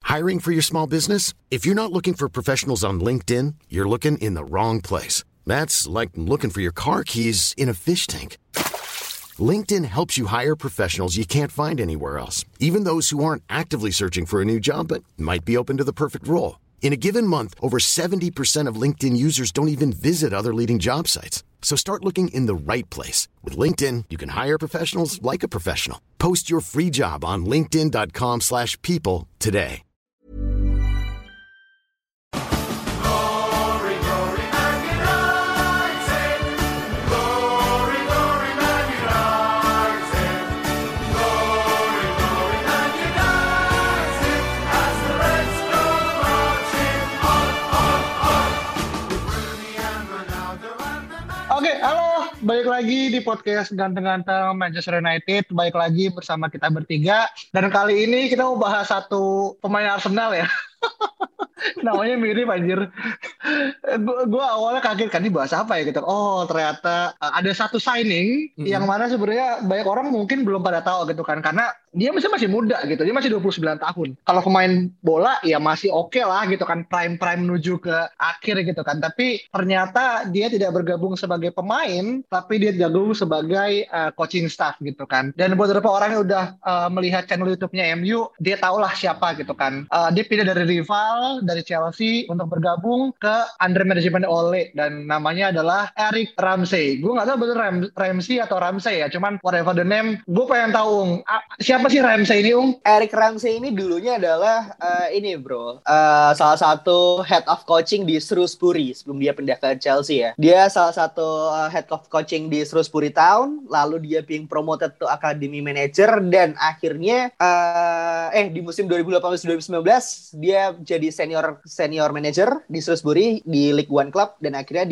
Hiring for your small business? If you're not looking for professionals on LinkedIn, you're looking in the wrong place. That's like looking for your car keys in a fish tank. LinkedIn helps you hire professionals you can't find anywhere else, even those who aren't actively searching for a new job but might be open to the perfect role. In a given month, over 70% of LinkedIn users don't even visit other leading job sites. So start looking in the right place. With LinkedIn, you can hire professionals like a professional. Post your free job on linkedin.com/people today. Oke, halo. Balik lagi di podcast Ganteng-Ganteng Manchester United. Balik lagi bersama kita bertiga. Dan kali ini kita mau bahas satu pemain Arsenal ya. Namanya mirip anjir. Gue awalnya kaget kan, ini bahas apa ya gitu. Oh ternyata ada satu signing yang mana sebenarnya banyak orang mungkin belum pada tahu gitu kan. Karena dia masih muda gitu, dia masih 29 tahun. Kalau pemain bola ya masih oke lah gitu kan, prime menuju ke akhir gitu kan. Tapi ternyata dia tidak bergabung sebagai pemain, tapi dia bergabung sebagai coaching staff gitu kan. Dan beberapa orang yang udah melihat channel YouTube-nya MU, dia tahulah siapa gitu kan. Dia pindah dari rival, dari Chelsea untuk bergabung ke under management Ole, dan namanya adalah Eric Ramsay. Gue nggak tahu betul Ramsay atau Ramsay ya, cuman whatever the name. Gue pengen tahu siapa sih Ramsay ini, Eric Ramsay ini dulunya adalah ini bro, salah satu head of coaching di Shrewsbury sebelum dia pindah ke Chelsea ya. Dia salah satu head of coaching di Shrewsbury Town, lalu dia being promoted to academy manager, dan akhirnya di musim 2018-2019 dia jadi senior manager di Shrewsbury di League One Club, dan akhirnya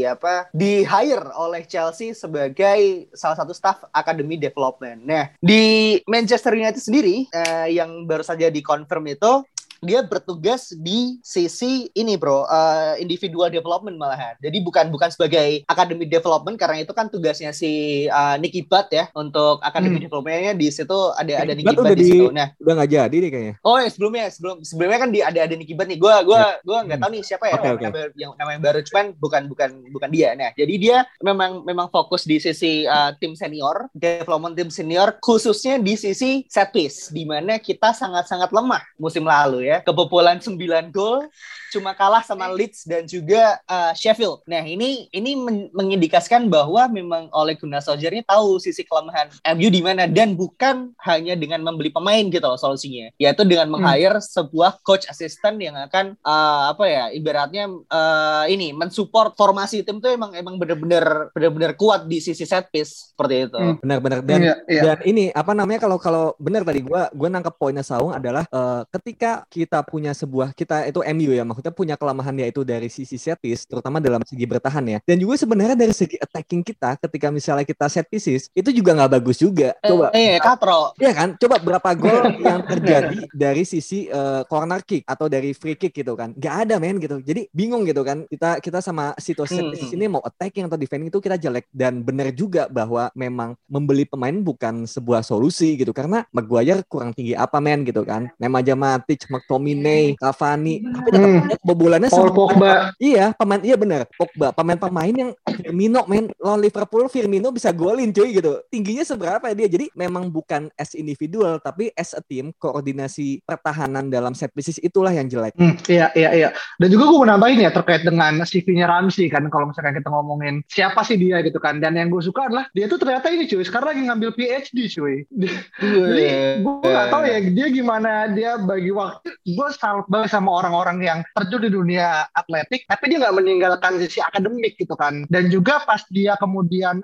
di hire oleh Chelsea sebagai salah satu staff academy development. Nah, di Manchester United sendiri yang baru saja dikonfirm itu dia bertugas di sisi ini bro, individual development malahan. Jadi bukan sebagai academy development, karena itu kan tugasnya si Nicky Butt ya untuk academy developmentnya. Di situ ada Nicky Butt di situ. Nah, udah nggak jadi nih kayaknya. Oh ya, sebelumnya kan ada Nicky Butt nih. Gua nggak tahu nih siapa ya. Okay. Yang namanya baru, cuman bukan dia. Nah, jadi dia memang fokus di sisi tim senior, development tim senior, khususnya di sisi set piece, di mana kita sangat-sangat lemah musim lalu ya. Kebobolan 9 gol, cuma kalah sama Leeds dan juga Sheffield. Nah, ini mengindikasikan bahwa memang Ole Gunnar Solskjaer ini tahu sisi kelemahan MU di mana, dan bukan hanya dengan membeli pemain gitu loh solusinya, yaitu dengan meng-hire sebuah coach assistant yang akan ibaratnya mensupport formasi tim tuh emang benar-benar kuat di sisi set piece seperti itu. Benar-benar dan ini kalau benar tadi gue nangkep poinnya Saung adalah ketika kita punya kita itu MU ya, maksudnya punya kelemahan yaitu dari sisi set piece, terutama dalam segi bertahan ya, dan juga sebenarnya dari segi attacking kita ketika misalnya kita set pieces itu juga nggak bagus juga. Coba katro iya kan, coba berapa gol yang terjadi dari sisi corner kick atau dari free kick gitu kan, nggak ada men gitu. Jadi bingung gitu kan, kita sama situasi set pieces ini mau attacking atau defending itu kita jelek. Dan benar juga bahwa memang membeli pemain bukan sebuah solusi gitu, karena Maguire kurang tinggi apa men gitu kan, Nemanja Matic, McTominay, Cavani, tapi tetap kebobolannya Paul Pogba. Iya, benar. Pogba, pemain yang Firmino main lawan Liverpool, Firmino bisa golin cuy gitu. Tingginya seberapa dia? Jadi memang bukan as individual, tapi as a team, koordinasi pertahanan dalam set pieces itulah yang jelek. Iya. Dan juga gue mau nambahin ya terkait dengan CV-nya Ramsey kan, kalau misalkan kita ngomongin siapa sih dia gitu kan. Dan yang gue suka adalah dia tuh ternyata ini cuy, sekarang lagi ngambil PhD cuy. Jadi gue gak tahu ya dia gimana dia bagi waktu. Gue salut banget sama orang-orang yang terjun di dunia atletik, tapi dia nggak meninggalkan sisi akademik gitu kan. Dan juga pas dia kemudian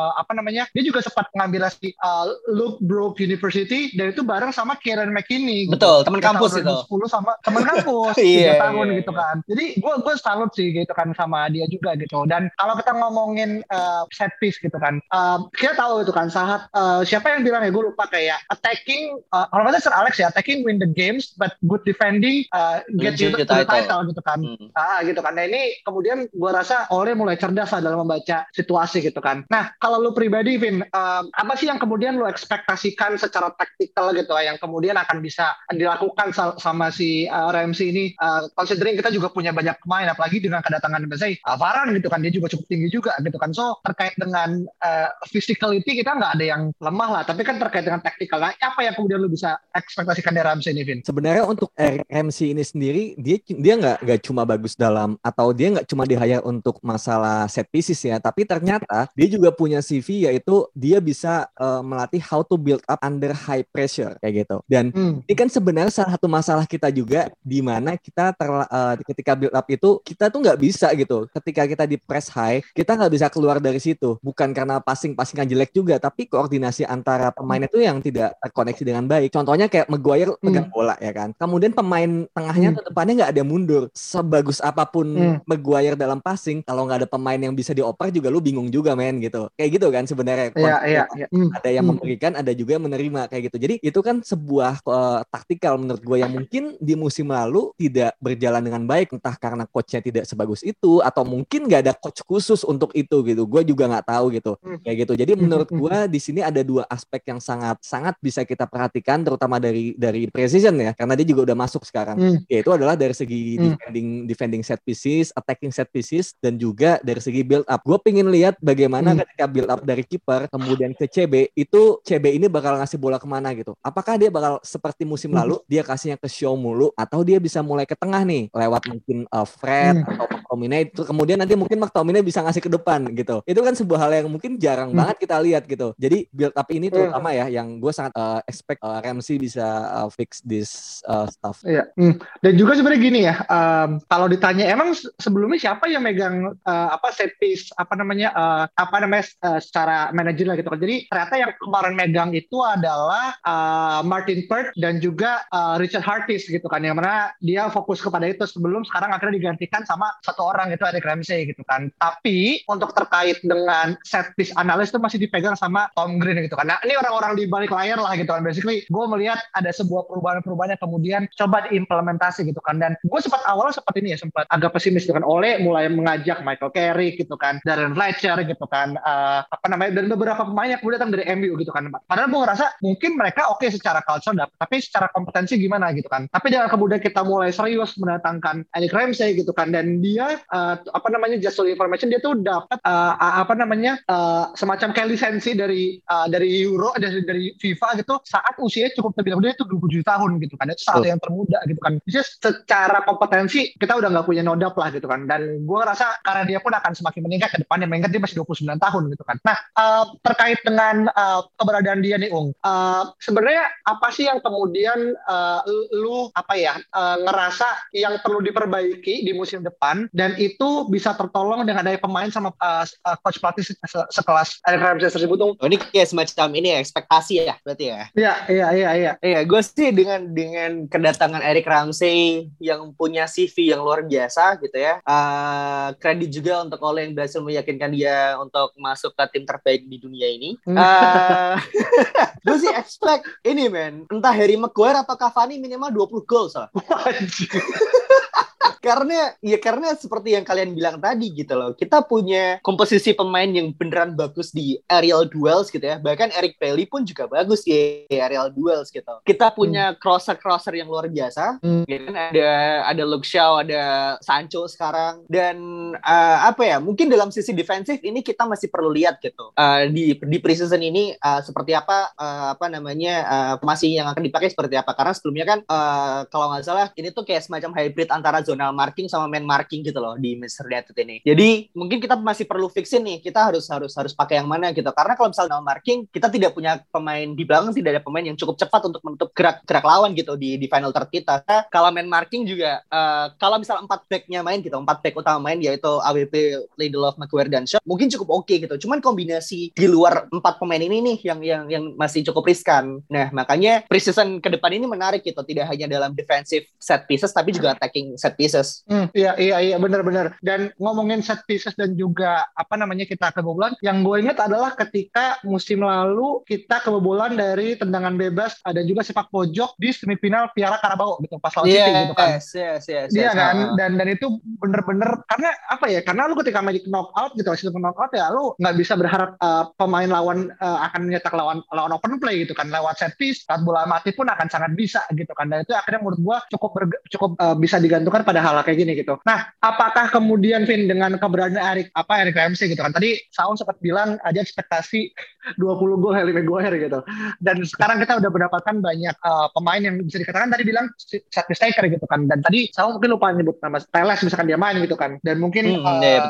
dia juga sempat ngambil si Luke Brook University, dan itu bareng sama Kieran McKinney. Betul, teman kampus itu. 2010 sama teman kampus 3 tahun gitu kan. Jadi gue salut sih gitu kan sama dia juga gitu. Dan kalau kita ngomongin set piece gitu kan, kita tahu itu kan siapa yang bilang ya, gue lupa, kayak attacking, kalau kata Sir Alex ya, attacking win the games but good defending get you the title gitu kan. Gitu kan. Nah ini kemudian gue rasa Ole mulai cerdas lah dalam membaca situasi gitu kan. Nah kalau lu pribadi Vin, apa sih yang kemudian lu ekspektasikan secara taktikal gitu yang kemudian akan bisa dilakukan sama si Ramsey ini, considering kita juga punya banyak pemain, apalagi dengan kedatangan misalnya Varane gitu kan, dia juga cukup tinggi juga gitu kan. So terkait dengan physicality kita nggak ada yang lemah lah, tapi kan terkait dengan taktikal, apa yang kemudian lu bisa ekspektasikan dari Ramsey ini, Vin? Sebenarnya untuk Ramsey ini sendiri dia nggak cuma bagus dalam, atau dia nggak cuma di-hire untuk masalah set pieces ya, tapi ternyata dia juga punya CV, yaitu dia bisa melatih how to build up under high pressure kayak gitu. Dan ini kan sebenarnya salah satu masalah kita juga, di mana kita ketika build up itu kita tuh nggak bisa gitu. Ketika kita di press high, kita nggak bisa keluar dari situ. Bukan karena passingan jelek juga, tapi koordinasi antara pemain itu yang tidak terkoneksi dengan baik. Contohnya kayak Maguire pegang bola ya kan. Kemudian pemain tengahnya ke depannya nggak ada mundur. Sebagus apapun Maguire dalam passing, kalau nggak ada pemain yang bisa dioper juga lu bingung juga men gitu. Kayak gitu kan sebenarnya. Ada yang memberikan, ada juga yang menerima kayak gitu. Jadi itu kan sebuah taktikal menurut gue yang mungkin di musim lalu tidak berjalan dengan baik, entah karena coachnya tidak sebagus itu, atau mungkin nggak ada coach khusus untuk itu gitu. Gue juga nggak tahu gitu. Kayak gitu. Jadi menurut gue di sini ada dua aspek yang sangat bisa kita perhatikan, terutama dari precision ya, karena dia juga udah masuk sekarang. Yaitu adalah dari segi defending set pieces, attacking set pieces, dan juga dari segi build up. Gue pengen lihat bagaimana ketika build up dari kiper kemudian ke CB, itu CB ini bakal ngasih bola kemana gitu. Apakah dia bakal seperti musim lalu, dia kasihnya ke Shaw mulu, atau dia bisa mulai ke tengah nih lewat mungkin Fred atau McTominay, itu kemudian nanti mungkin McTominay bisa ngasih ke depan gitu. Itu kan sebuah hal yang mungkin jarang banget kita lihat gitu. Jadi build up ini terutama ya yang gue sangat expect Ramsey bisa fix this stuff. Dan juga sebenarnya gini ya, kalau ditanya emang sebelumnya siapa yang megang set piece secara manajer lah gitu kan. Jadi ternyata yang kemarin megang itu adalah Martin Pert dan juga Richard Hartis gitu kan, yang mana dia fokus kepada itu sebelum sekarang akhirnya digantikan sama satu orang, itu Eric Ramsey gitu kan. Tapi untuk terkait dengan set piece analis itu masih dipegang sama Tom Green gitu kan. Nah ini orang-orang di balik layar lah gitu kan. Basically gue melihat ada sebuah perubahan-perubahan yang kemudian coba diimplementasi gitu kan. Dan gue sempat agak pesimis gitu kan. Ole mulai mengajak Michael Carrick gitu kan, Darren Fletcher gitu kan, dan beberapa pemain yang kemudian datang dari MU gitu kan. Padahal gue ngerasa mungkin mereka oke secara culture, tapi secara kompetensi gimana gitu kan. Tapi dengan kemudian kita mulai serius mendatangkan Eric Ramsey gitu kan, dan dia just for information, dia tuh dapat semacam kayak lisensi dari Euro, dari FIFA gitu saat usianya cukup terbilang, dia itu 27 tahun gitu kan. Itu saat yang termuda gitu kan. Jadi secara kompetensi kita udah nggak punya nodap lah gitu kan. Dan gue rasa karena dia pun akan semakin meningkat ke depannya, mengingat dia masih 29 tahun gitu kan. Nah terkait dengan keberadaan dia nih sebenarnya apa sih yang kemudian ngerasa yang perlu diperbaiki di musim depan, dan itu bisa tertolong dengan adanya pemain sama coach pelatih sekelas Eric Ramsey tersebut? Ini kayak semacam ini ekspektasi ya berarti ya? Iya, gue sih dengan kedatangan Eric Ramsey yang punya CV yang luar biasa gitu ya, kredit juga untuk Ole yang berhasil meyakinkan dia untuk masuk ke tim terbaik di dunia ini. Gue sih expect ini men, entah Harry Maguire atau Cavani minimal 20 gol soalnya. Karena seperti yang kalian bilang tadi gitu loh, kita punya komposisi pemain yang beneran bagus di aerial duels gitu ya. Bahkan Eric Bailly pun juga bagus di aerial duels gitu. Kita punya crosser yang luar biasa. Gitu kan, ada Luke Shaw, ada Sancho sekarang, dan mungkin dalam sisi defensif ini kita masih perlu lihat gitu. Di preseason ini seperti apa formasi yang akan dipakai seperti apa, karena sebelumnya kan kalau nggak salah ini tuh kayak semacam hybrid antara zonal marking sama man marking gitu loh di Manchester United ini. Jadi mungkin kita masih perlu fixin nih, kita harus pakai yang mana gitu. Karena kalau misalnya zonal marking, kita tidak punya pemain di belakang, tidak ada pemain yang cukup cepat untuk menutup gerak lawan gitu di final third kita. Kalau man marking juga kalau misal 4 back-nya main gitu, 4 back utama main yaitu AWP, Lindelof, Maguire dan Shaw, mungkin cukup oke gitu. Cuman kombinasi di luar 4 pemain ini nih yang masih cukup riskan. Nah, makanya preseason ke depan ini menarik gitu, tidak hanya dalam defensive set pieces tapi juga attacking set pieces pieces. Iya benar-benar. Dan ngomongin set pieces dan juga apa namanya kita kebobolan, yang gue ingat adalah ketika musim lalu kita kebobolan dari tendangan bebas dan juga sepak pojok di semifinal Piala Carabao gitu pas lawan City gitu kan. Yes. Iya kan, dan itu bener-bener karena apa ya? Karena lu ketika main di knockout gitu, sistem knockout ya lu nggak bisa berharap pemain lawan akan menyetak lawan open play gitu kan, lewat set piece, saat bola mati pun akan sangat bisa gitu kan. Dan itu akhirnya menurut gua cukup bisa digantungkan pada hal kayak gini gitu. Nah, apakah kemudian Vin dengan keberadaan Eric Ramsey gitu kan? Tadi Saul sempat bilang ada ekspektasi 20 gol Harry Maguire gitu. Dan sekarang kita udah mendapatkan banyak pemain yang bisa dikatakan tadi bilang set piece taker gitu kan. Dan tadi Saul mungkin lupa nyebut nama Teles misalkan dia main gitu kan. Dan mungkin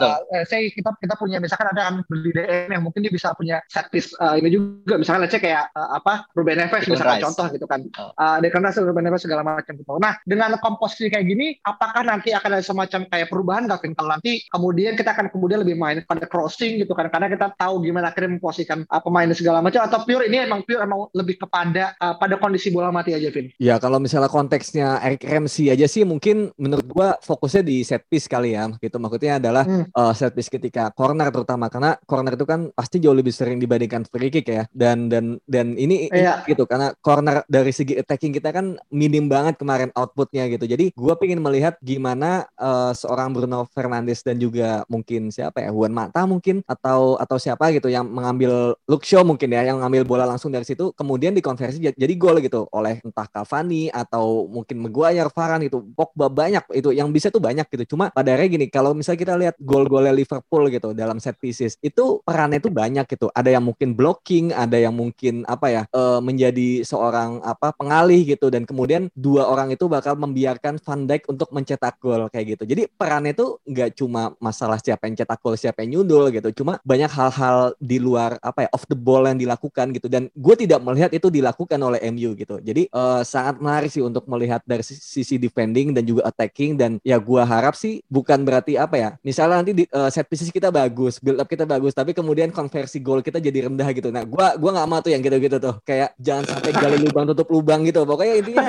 kita punya misalkan ada kan beli DM yang mungkin dia bisa punya set piece ini juga misalkan let's say kayak Ruben Neves misalkan contoh gitu kan. Declan Rice, Ruben Neves segala macam gitu. Nah, dengan komposisi kayak gini apakah nanti akan ada semacam kayak perubahan nggak Vin? Kalau nanti kemudian kita akan kemudian lebih main pada crossing gitu kan karena kita tahu gimana akhirnya memposisikan pemain segala macam atau pure emang lebih kepada pada kondisi bola mati aja Vin? Ya kalau misalnya konteksnya Eric Ramsey aja sih mungkin menurut gua fokusnya di set piece kali ya gitu, maksudnya adalah set piece ketika corner terutama karena corner itu kan pasti jauh lebih sering dibandingkan free kick ya dan ini gitu karena corner dari segi attacking kita kan minim banget kemarin outputnya gitu. Jadi gue pengen melihat gimana seorang Bruno Fernandes dan juga mungkin siapa ya Juan Mata mungkin atau siapa gitu yang mengambil Luke Shaw mungkin ya yang ngambil bola langsung dari situ kemudian dikonversi jadi gol gitu oleh entah Cavani atau mungkin Maguire, Varane itu Pogba banyak itu yang bisa tuh banyak gitu. Cuma pada akhirnya gini kalau misalnya kita lihat gol-golnya Liverpool gitu dalam set pieces itu perannya tuh banyak gitu. Ada yang mungkin blocking, ada yang mungkin menjadi seorang pengalih gitu dan kemudian dua orang itu bakal membiarkan Van Dijk untuk mencetak gol kayak gitu. Jadi perannya itu nggak cuma masalah siapa yang cetak gol, siapa yang nyundul gitu. Cuma banyak hal-hal di luar off the ball yang dilakukan gitu dan gue tidak melihat itu dilakukan oleh MU gitu. Jadi sangat menarik sih untuk melihat dari sisi defending dan juga attacking dan ya gue harap sih bukan berarti misalnya nanti set pieces kita bagus, build up kita bagus tapi kemudian konversi gol kita jadi rendah gitu. Nah gue nggak mau tuh yang gitu-gitu tuh kayak jangan sampai gali lubang tutup lubang gitu. Pokoknya intinya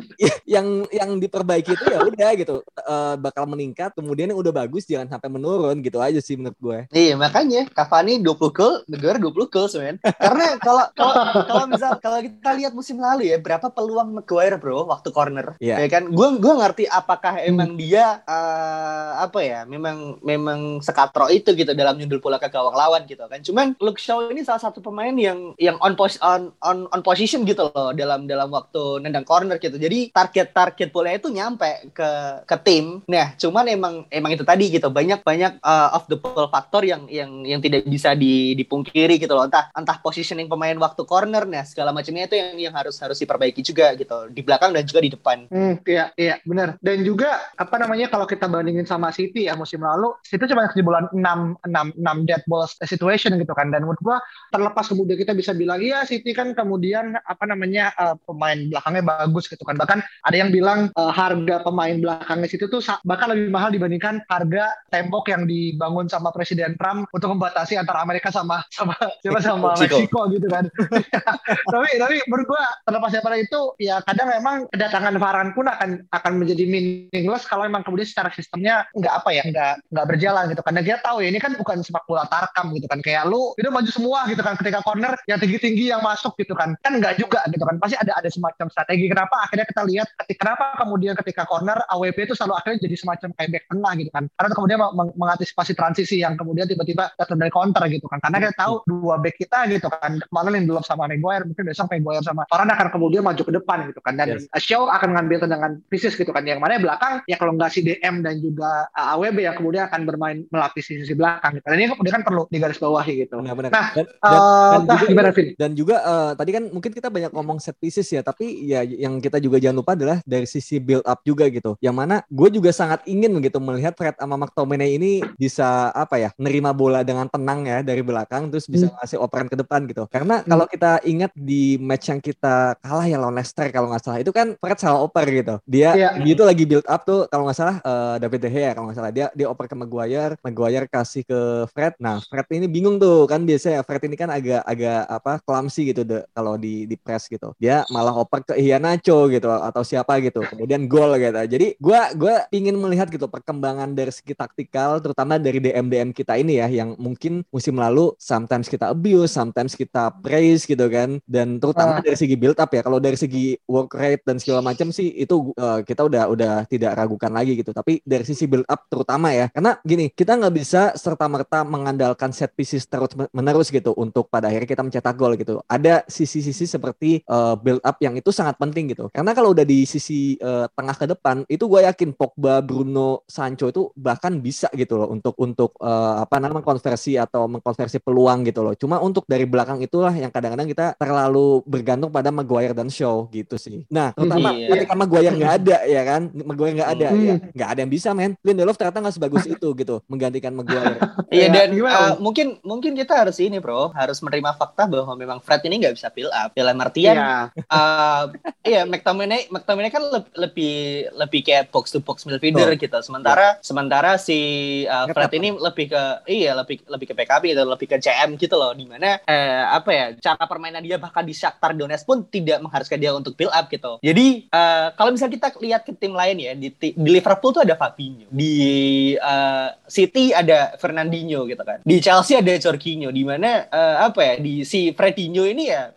yang diperbaiki itu ya udah gitu bakal meningkat kemudian yang udah bagus jangan sampai menurun gitu aja sih menurut gue. Iya makanya Cavani 20 gol, negara 20 gol men. Karena kalau kita lihat musim lalu ya berapa peluang Maguire bro waktu corner ya kan gue ngerti apakah emang dia memang sekatro itu gitu dalam nyundul bola ke gawang lawan gitu kan. Cuman Luke Shaw ini salah satu pemain yang on position gitu loh dalam waktu nendang corner gitu. Jadi target bola itu nyampe ke tim. Nah, cuman emang itu tadi gitu. Banyak off the ball faktor yang tidak bisa dipungkiri gitu loh. Entah positioning pemain waktu corner nah segala macamnya itu yang harus diperbaiki juga gitu di belakang dan juga di depan. Iya benar. Dan juga kalau kita bandingin sama City ya musim lalu, City cuma kebobolan 6 dead ball situation gitu kan. Dan menurut gua terlepas kemudian kita bisa bilang iya City kan kemudian pemain belakangnya bagus gitu kan. Bahkan ada yang bilang harga pemain belakangnya City tuh bahkan lebih mahal dibandingkan harga tembok yang dibangun sama Presiden Trump untuk membatasi antara Amerika sama Meksiko gitu kan. tapi menurut gua terlepas dari itu ya kadang memang kedatangan Varane pun akan menjadi meaningless kalau memang kemudian secara sistemnya nggak berjalan gitu kan. Dan kita tahu ya ini kan bukan sepak bola tarkam gitu kan kayak lu itu maju semua gitu kan ketika corner yang tinggi-tinggi yang masuk gitu kan nggak juga gitu kan pasti ada semacam strategi. Kenapa akhirnya kita lihat kenapa kemudian ketika corner AWP itu selalu akhirnya jadi semacam kayak back tengah gitu kan karena kemudian mengantisipasi transisi yang kemudian tiba-tiba datang dari counter gitu kan karena kita tahu dua back kita gitu kan kemarin yang dulu sama Maguire mungkin besok Maguire sama orang akan kemudian maju ke depan gitu kan dan Shaw akan ngambil tendangan pieces gitu kan yang mana belakang ya kalau nggak si DM dan juga AWB yang kemudian akan bermain melapisi sisi belakang gitu. Dan ini kemudian kan perlu digarisbawahi gitu. Benar. Dan juga tadi kan mungkin kita banyak ngomong set pieces ya, tapi ya yang kita juga jangan lupa adalah dari sisi build up juga gitu. Yang mana gue juga sangat ingin gitu melihat Fred sama McTominay ini bisa nerima bola dengan tenang ya dari belakang terus bisa ngasih operan ke depan gitu. Karena kalau kita ingat di match yang kita kalah ya lawan Leicester kalau nggak salah itu kan Fred salah oper gitu. Dia itu lagi build up tuh kalau nggak salah David De Gea kalau nggak salah dia oper ke Maguire kasih ke Fred. Nah Fred ini bingung tuh kan biasanya Fred ini kan agak clumsy gitu kalau di press gitu. Dia malah oper ke Iheanacho gitu atau siapa gitu. Kemudian gol gitu. Jadi gue gue ingin melihat gitu perkembangan dari segi taktikal, terutama dari DM kita ini ya, yang mungkin musim lalu sometimes kita abuse, sometimes kita praise gitu kan, dan terutama dari segi build up ya. Kalau dari segi work rate dan segala macam sih itu kita udah tidak ragukan lagi gitu. Tapi dari sisi build up terutama ya, karena gini, kita nggak bisa serta-merta mengandalkan set pieces terus menerus gitu untuk pada akhirnya kita mencetak gol gitu. Ada sisi-sisi seperti build up yang itu sangat penting gitu. Karena kalau udah di sisi tengah ke depan, itu gue yakin Pogba, Bruno, Sancho itu bahkan bisa gitu loh untuk konversi atau mengkonversi peluang gitu loh. Cuma untuk dari belakang itulah yang kadang-kadang kita terlalu bergantung pada Maguire dan Shaw gitu sih. Nah, terutama ketika Maguire nggak ada ya kan, Maguire nggak ada ya, nggak ada yang bisa men. Lindelof ternyata nggak sebagus itu gitu menggantikan Maguire. Iya dan mungkin kita harus ini bro, harus menerima fakta bahwa memang Fred ini nggak bisa build up. Dalam artian, McTominay kan lebih kayak box to box midfielder gitu. Sementara si Fred ini lebih ke PKP gitu, lebih ke CM gitu loh. Dimana cara permainan dia bahkan di Shakhtar Donetsk pun tidak mengharuskan dia untuk build up gitu. Jadi kalau misalnya kita lihat ke tim lain ya, di Liverpool tuh ada Fabinho, di City ada Fernandinho gitu kan, di Chelsea ada Jorginho, di mana di si Fredinho ini ya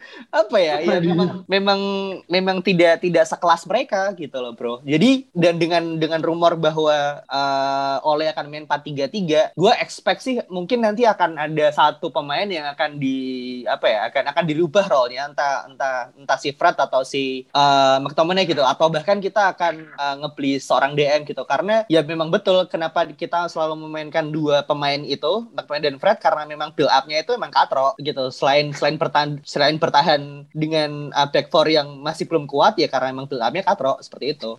memang tidak sekelas mereka gitu loh bro. Jadi dan dengan rumor bahwa Ole akan main 4-3-3, gue expect sih mungkin nanti akan ada satu pemain yang akan akan dirubah role-nya, entah si Fred atau si McTominay gitu, atau bahkan kita akan ngebeli seorang DM gitu. Karena ya memang betul kenapa kita selalu memainkan dua pemain itu, McTominay dan Fred, karena memang build up-nya itu memang katro gitu. Selain bertahan dengan back four yang masih belum kuat ya, karena memang build up-nya katro seperti itu.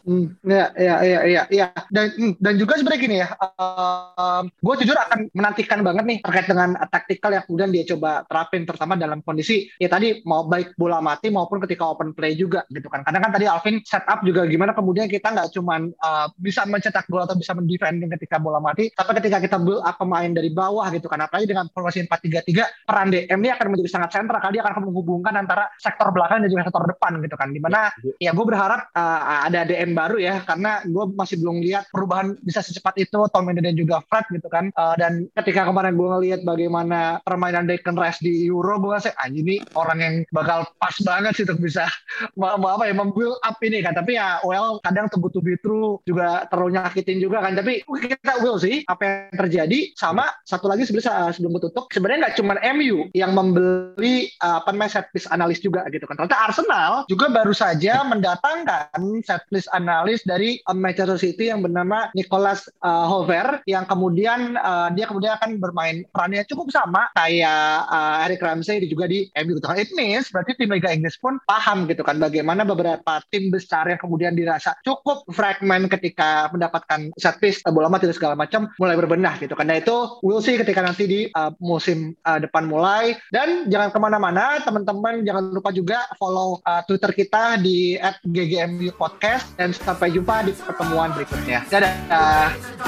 Iya. Dan juga sebenarnya gini ya, gue jujur akan menantikan banget nih terkait dengan taktikal yang kemudian dia coba terapin, terutama dalam kondisi ya tadi mau baik bola mati maupun ketika open play juga gitu kan. Karena kan tadi Alvin setup juga gimana kemudian kita nggak cuman bisa mencetak gol atau bisa mendefending ketika bola mati, tapi ketika kita build up pemain dari bawah gitu kan. Apalagi dengan formasi 4-3-3, peran DM ini akan menjadi sangat sentral, karena dia akan menghubungkan antara sektor belakang dan juga sektor depan gitu kan. Dimana ya gue berharap ada DM baru ya, karena gue masih belum lihat perubahan bisa secepat itu Tomine dan juga Fred gitu kan. Dan ketika kemarin gue ngelihat bagaimana permainan Declan Rice di Euro, gue ngerasa ini orang yang bakal pas banget sih untuk bisa membuild up ini kan. Tapi ya kadang to be true juga terlalu nyakitin juga kan. Tapi kita will sih apa yang terjadi. Sama satu lagi sebenarnya sebelum tutup, sebenarnya nggak cuma MU yang membeli set piece analis juga gitu kan. Ternyata Arsenal juga baru saja mendatangkan set piece analis dari Manchester City yang bernama Nicolas Hover, yang kemudian dia akan bermain perannya cukup sama kayak Eric Ramsey juga di MU gitu kan. It means berarti tim Liga Inggris pun paham gitu kan bagaimana beberapa tim besar yang kemudian dirasa cukup fragment ketika mendapatkan set piece bola mati dan segala macam mulai berbenah gitu kan. Nah itu we'll see ketika nanti di musim depan mulai. Dan jangan kemana-mana teman-teman, jangan lupa juga follow Twitter kita di @ggmu_podcast, dan sampai jumpa di pertemuan berikutnya. Dadah.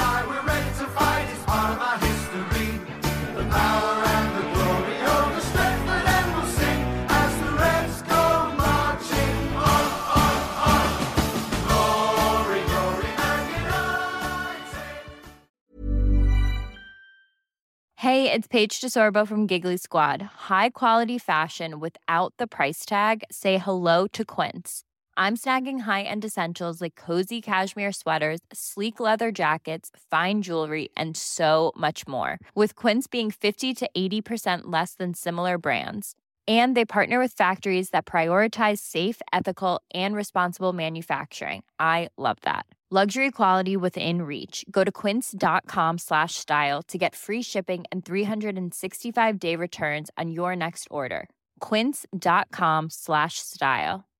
Hey, it's Paige DeSorbo from Giggly Squad. High quality fashion without the price tag. Say hello to Quince. I'm snagging high-end essentials like cozy cashmere sweaters, sleek leather jackets, fine jewelry, and so much more. With Quince being 50 to 80% less than similar brands. And they partner with factories that prioritize safe, ethical, and responsible manufacturing. I love that. Luxury quality within reach. Go to quince.com/style to get free shipping and 365-day returns on your next order. Quince.com/style.